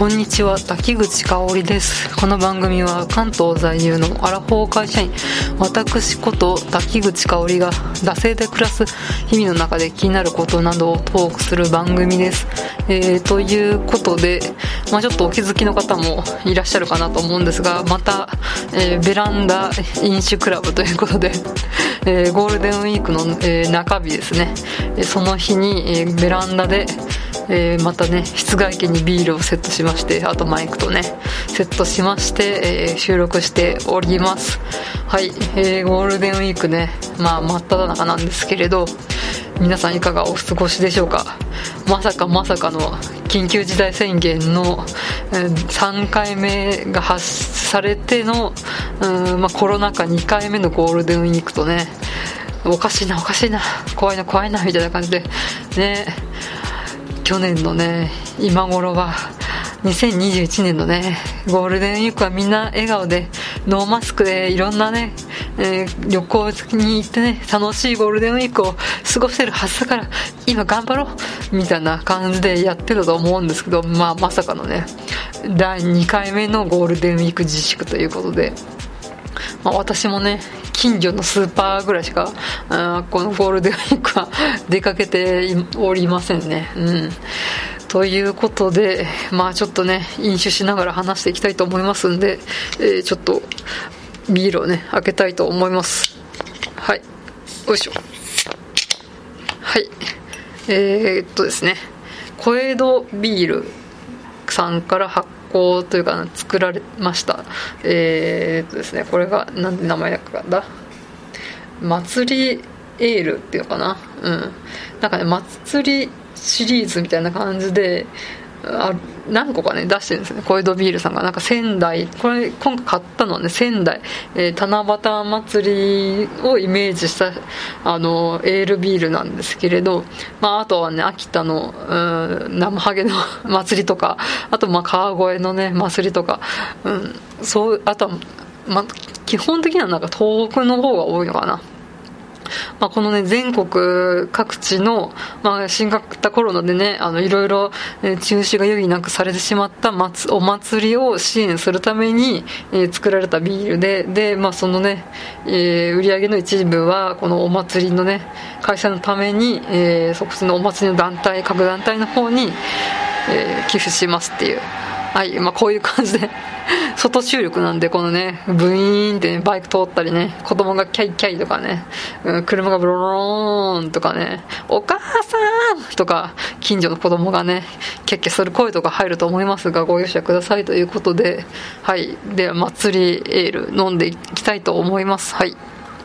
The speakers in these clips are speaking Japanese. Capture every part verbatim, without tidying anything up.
こんにちは、滝口香織です。この番組は関東在住のアラフォー会社員、私こと滝口香織が惰性で暮らす日々の中で気になることなどをトークする番組です。えー、ということで、まあ、ちょっとお気づきの方もいらっしゃるかなと思うんですが、また、えー、ベランダ飲酒クラブということで、えー、ゴールデンウィークの、えー、中日ですね。その日に、えー、ベランダでえー、またね室外機にビールをセットしまして、あとマイクとねセットしまして、えー、収録しております。はい、えー、ゴールデンウィークね、まあ真っ只中なんですけれど、皆さんいかがお過ごしでしょうか。まさかまさかの緊急事態宣言の、えー、さんかいめが発出されての、うんまあ、コロナ禍にかいめのゴールデンウィークとね、おかしいなおかしいな怖いな怖いなみたいな感じでね、去年のね今頃はにせんにじゅういちねんのねゴールデンウィークはみんな笑顔でノーマスクでいろんなね、えー、旅行に行ってね楽しいゴールデンウィークを過ごしてるはずだから今頑張ろうみたいな感じでやってたと思うんですけど、まあまさかのねだいにかいめのゴールデンウィーク自粛ということで、まあ、私もね近所のスーパーぐらいしかあこのゴールデンウィークは出かけておりませんね。うんということで、まあちょっとね飲酒しながら話していきたいと思いますんで、えー、ちょっとビールをね開けたいと思います。はい、よいしょ。はい、えー、っとですね小江戸ビールさんから発酵というか作られました。えー、っとですねこれが何て名前だ、祭りエールっていうのかな、うんなんかね祭りシリーズみたいな感じであ何個かね出してるんですね、小江戸ビールさんが。なんか仙台、これ今回買ったのはね仙台、えー、七夕祭りをイメージしたあのエールビールなんですけれど、まあ、あとはね秋田のうん生ハゲの祭りとか、あとまあ川越のね祭りとか、うん、そうあとは、まあ、基本的にはなんか東北の方が多いのかな。まあ、このね全国各地の、まあ、新型コロナでねあのいろいろ中止が余儀なくされてしまったお祭りを支援するために、えー、作られたビールで、で、まあ、そのね、えー、売り上げの一部はこのお祭りのね開催のために、えー、そこのお祭りの団体各団体の方に、えー、寄付しますっていう、はいまあ、こういう感じで外収録なんで、このねブイーンって、ね、バイク通ったりね子供がキャイキャイとかね、うん、車がブロローンとかねお母さんとか近所の子供がねキャッキャする声とか入ると思いますがご容赦くださいということで、はいでは祭りエール飲んでいきたいと思います。はい、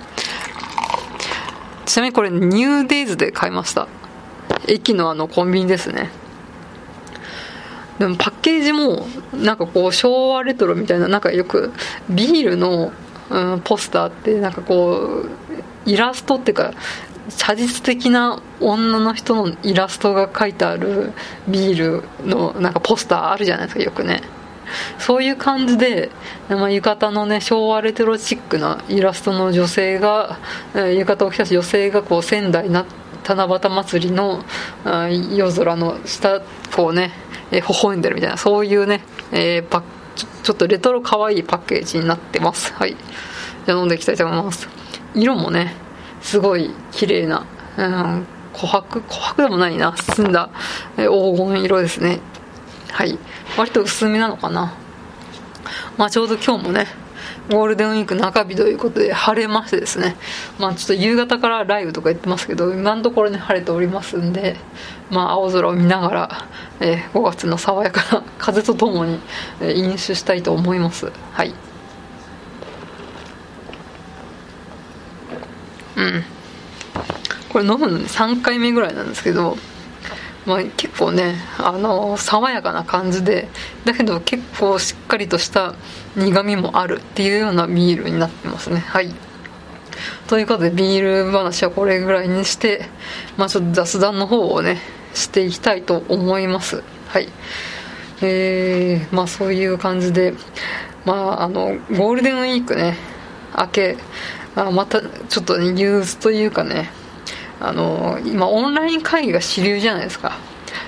ちなみにこれニューデイズで買いました。駅のあのコンビニですね。でもパッケージもなんかこう昭和レトロみたいな、なんかよくビールの、うん、ポスターってなんかこうイラストっていうか写実的な女の人のイラストが書いてあるビールのなんかポスターあるじゃないですか、よくね。そういう感じで、まあ、浴衣のね昭和レトロチックなイラストの女性が、浴衣を着た女性がこう仙台な七夕祭りの夜空の下こうねえー、微笑んでるみたいな、そういうね、えー、パちょ、ちょっとレトロ可愛いパッケージになってます。はい、じゃあ飲んでいきたいと思います。色もねすごい綺麗な、うん、琥珀琥珀でもないな澄んだ、えー、黄金色ですね。はい、割と薄めなのかな。まあちょうど今日もねゴールデンウィーク中日ということで晴れましてですね、まあちょっと夕方から雷雨とか言ってますけど、今のところね晴れておりますんで、まあ青空を見ながら、えー、ごがつの爽やかな風とともに、えー、飲酒したいと思います。はい、うんこれ飲むのにさんかいめぐらいなんですけど、まあ、結構ねあの爽やかな感じで、だけど結構しっかりとした苦味もあるっていうようなビールになってますね。はい、ということでビール話はこれぐらいにして、まあ、ちょっと雑談の方をねしていきたいと思います。はい、えー、まあそういう感じで、まああのゴールデンウィークね明け、あまたちょっとね憂鬱というかね、あの今オンライン会議が主流じゃないですか。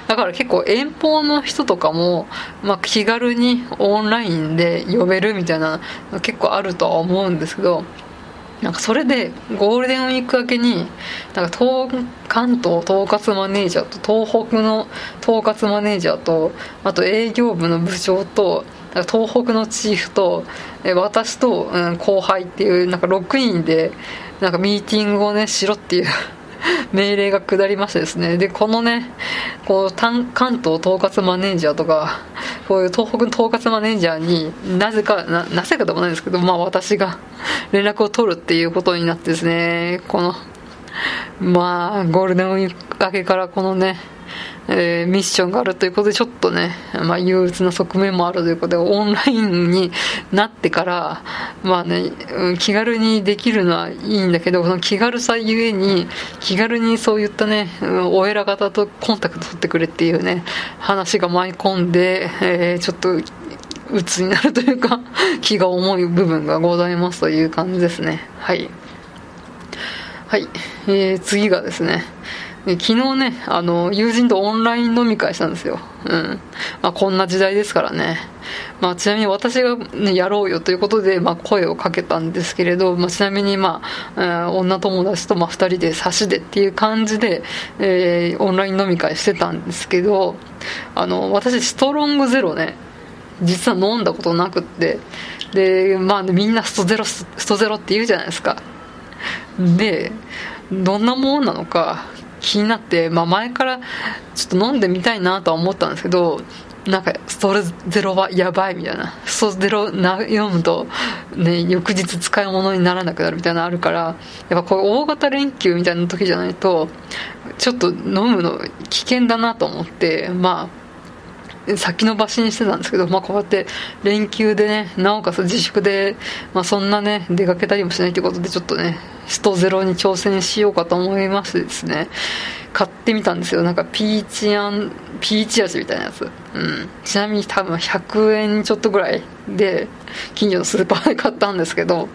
だから結構遠方の人とかも、まあ、気軽にオンラインで呼べるみたいなの結構あるとは思うんですけど、なんかそれでゴールデンウィーク明けになんか東関東統括マネージャーと東北の統括マネージャーと、あと営業部の部長となんか東北のチーフと私と、うん、後輩っていうなんかろくにんでなんかミーティングをねしろっていう命令が下りましてですね、でこのねこう関東統括マネージャーとかこういう東北の統括マネージャーになぜか な, なぜかでもないんですけど、まあ私が連絡を取るっていうことになってですね、このまあゴールデンウィーク明けからこのね、えー、ミッションがあるということでちょっとね、まあ、憂鬱な側面もあるということで、オンラインになってからまあね、うん、気軽にできるのはいいんだけど、この気軽さゆえに気軽にそういったね、うん、お偉方とコンタクト取ってくれっていうね話が舞い込んで、えー、ちょっと鬱になるというか気が重い部分がございますという感じですね。はいはい、えー、次がですね、昨日ね、あの友人とオンライン飲み会したんですよ。うんまあ、こんな時代ですからね。まあ、ちなみに私が、ね、やろうよということで、まあ、声をかけたんですけれど、まあ、ちなみに、まあ、えー、女友達と、まあ、ふたりで差しでっていう感じで、えー、オンライン飲み会してたんですけど、あの私ストロングゼロね実は飲んだことなくって、で、まあ、みんなストゼロストゼロって言うじゃないですか。でどんなもんなのか気になって、まあ、前からちょっと飲んでみたいなとは思ったんですけど、なんかストゼロはやばいみたいな、ストゼロ飲むと、ね、翌日使い物にならなくなるみたいなのあるから、やっぱこういう大型連休みたいな時じゃないとちょっと飲むの危険だなと思って、まあ先延ばしにしてたんですけど、まあ、こうやって連休でね、なおかつ自粛で、まあ、そんなね出かけたりもしないということで、ちょっとねストゼロに挑戦しようかと思いましてですね、買ってみたんですよ。なんかピーチあんピーチ味みたいなやつ、うん、ちなみに多分ひゃくえんちょっとぐらいで近所のスーパーで買ったんですけど、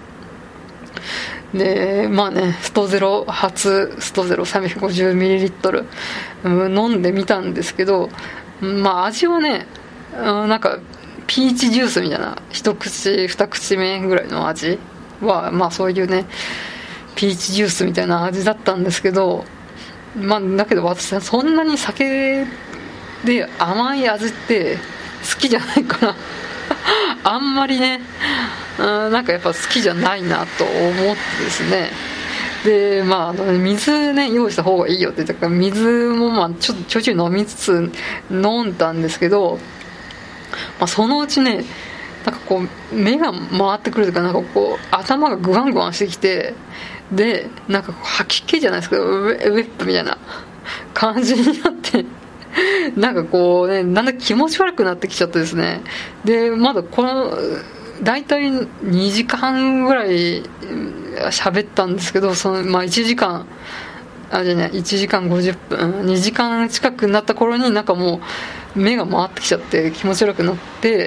でまあねストゼロ初ストゼロ さんびゃくごじゅうミリリットル、うん、飲んでみたんですけど、まあ味はね、うん、なんかピーチジュースみたいな一口二口目ぐらいの味は、まあそういうねピーチジュースみたいな味だったんですけど、まあだけど私はそんなに酒で甘い味って好きじゃないからあんまりね、うん、なんかやっぱ好きじゃないなと思ってですね、でまあ、あの水ね用意した方がいいよって言ったから、水もまあちょちょいちょい飲みつつ飲んだんですけど、まあ、そのうちねなんかこう目が回ってくるというか、なんかこう頭がグワングワンしてきて、でなんか吐き気じゃないですけどウェウェップみたいな感じになってなんかこうねなんだか気持ち悪くなってきちゃってですね、でまだこのだいたいにじかんぐらい喋ったんですけど、その、まあ、いちじかんあじゃないいちじかんごじゅっぷんにじかん近くになった頃になんかもう目が回ってきちゃって気持ち悪くなって、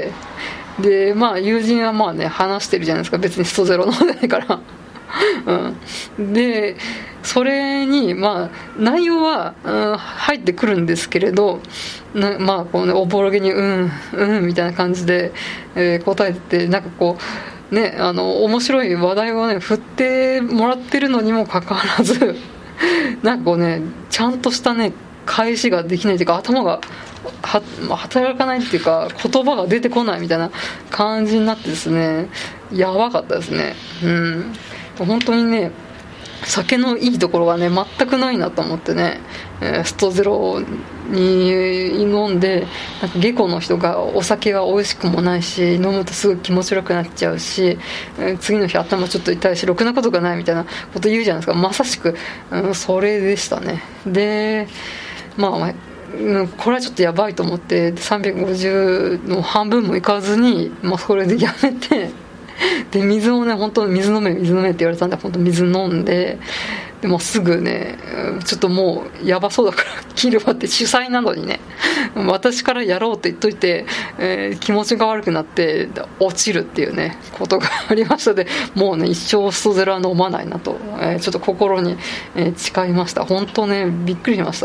でまあ友人はまあね話してるじゃないですか、別にストゼロ飲んでないからうん、でそれにまあ内容は、うん、入ってくるんですけれど、なまあこうねおぼろげにうんうんみたいな感じで、えー、答えてて、なんかこうねあの面白い話題をね振ってもらってるのにもかかわらずなんかこうねちゃんとしたね返しができないというか、頭がは働かないっていうか言葉が出てこないみたいな感じになってですね、やばかったですね。うん本当にね酒のいいところがね全くないなと思ってね、えー、ストゼロに飲んで、なんか下戸の人がお酒が美味しくもないし、飲むとすぐ気持ち悪くなっちゃうし、えー、次の日頭ちょっと痛いしろくなことがないみたいなこと言うじゃないですか。まさしく、うん、それでしたね。でまあうん、これはちょっとやばいと思ってさんびゃくごじゅうの半分もいかずに、まあ、それでやめて、で水をね本当水飲め水飲めって言われたんで本当水飲んで、でもすぐねちょっともうやばそうだから切るわって、主催なのにね私からやろうって言っといて、えー、気持ちが悪くなって落ちるっていうねことがありましたので、もうね一生ストゼロは飲まないなと、えー、ちょっと心に、えー、誓いました。本当ねびっくりしましたね。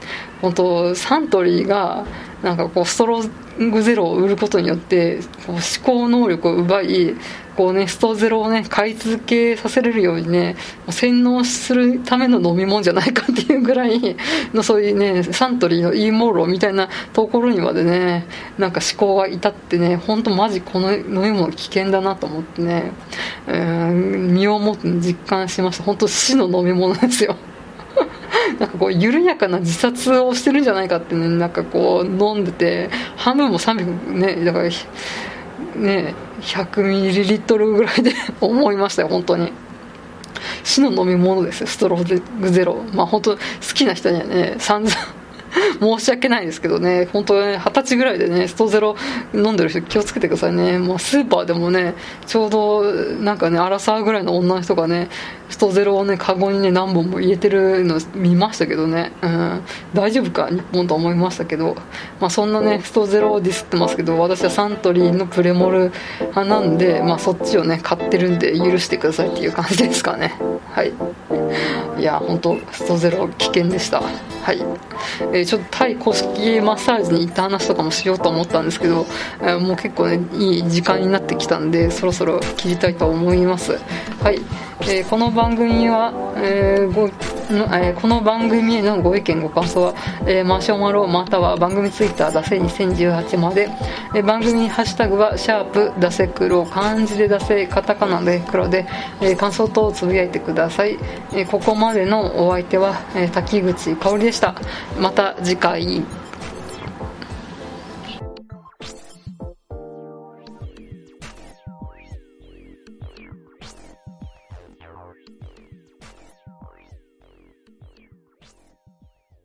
本当サントリーがなんかこうストロングゼロを売ることによってこう思考能力を奪いこう、ね、ストゼロを、ね、買い続けさせれるように、ね、洗脳するための飲み物じゃないかっていうぐらいのそういう、ね、サントリーの陰謀論みたいなところにまで、ね、なんか思考が至ってね本当マジこの飲み物危険だなと思ってね、えー、身をもって実感しました。本当死の飲み物ですよなんかこう緩やかな自殺をしてるんじゃないかってね、なんかこう飲んでて半分もさんびゃくねだからねひゃくミリリットルぐらいで思いましたよ。本当に死の飲み物ですよストロングゼロ。まあ本当好きな人にはね散々申し訳ないですけどね、本当ね、二十歳ぐらいでね、ストゼロ飲んでる人気をつけてくださいね。もうスーパーでもね、ちょうどなんかね、アラサーぐらいの女の人がね、ストゼロをね、カゴにね、何本も入れてるの見ましたけどね、うん、大丈夫か、日本と思いましたけど、まあそんなね、ストゼロをディスってますけど、私はサントリーのプレモル派なんで、まあそっちをね、買ってるんで許してくださいっていう感じですかね。はい。いや、本当ストゼロ危険でした。はい。えー、ちょっとタイ公式マッサージに行った話とかもしようと思ったんですけど、えー、もう結構ねいい時間になってきたんでそろそろ切りたいと思います。はい、えー、この番組は、えーごえー、この番組へのご意見ご感想は、えー、マシュマロまたは番組ツイッターダセにせんじゅうはちまで、えー、番組ハッシュタグはシャープダセ黒漢字でダセカタカナで黒で、えー、感想等をつぶやいてください。えー、ここまでのお相手は、えー、滝口香織でした。また次回。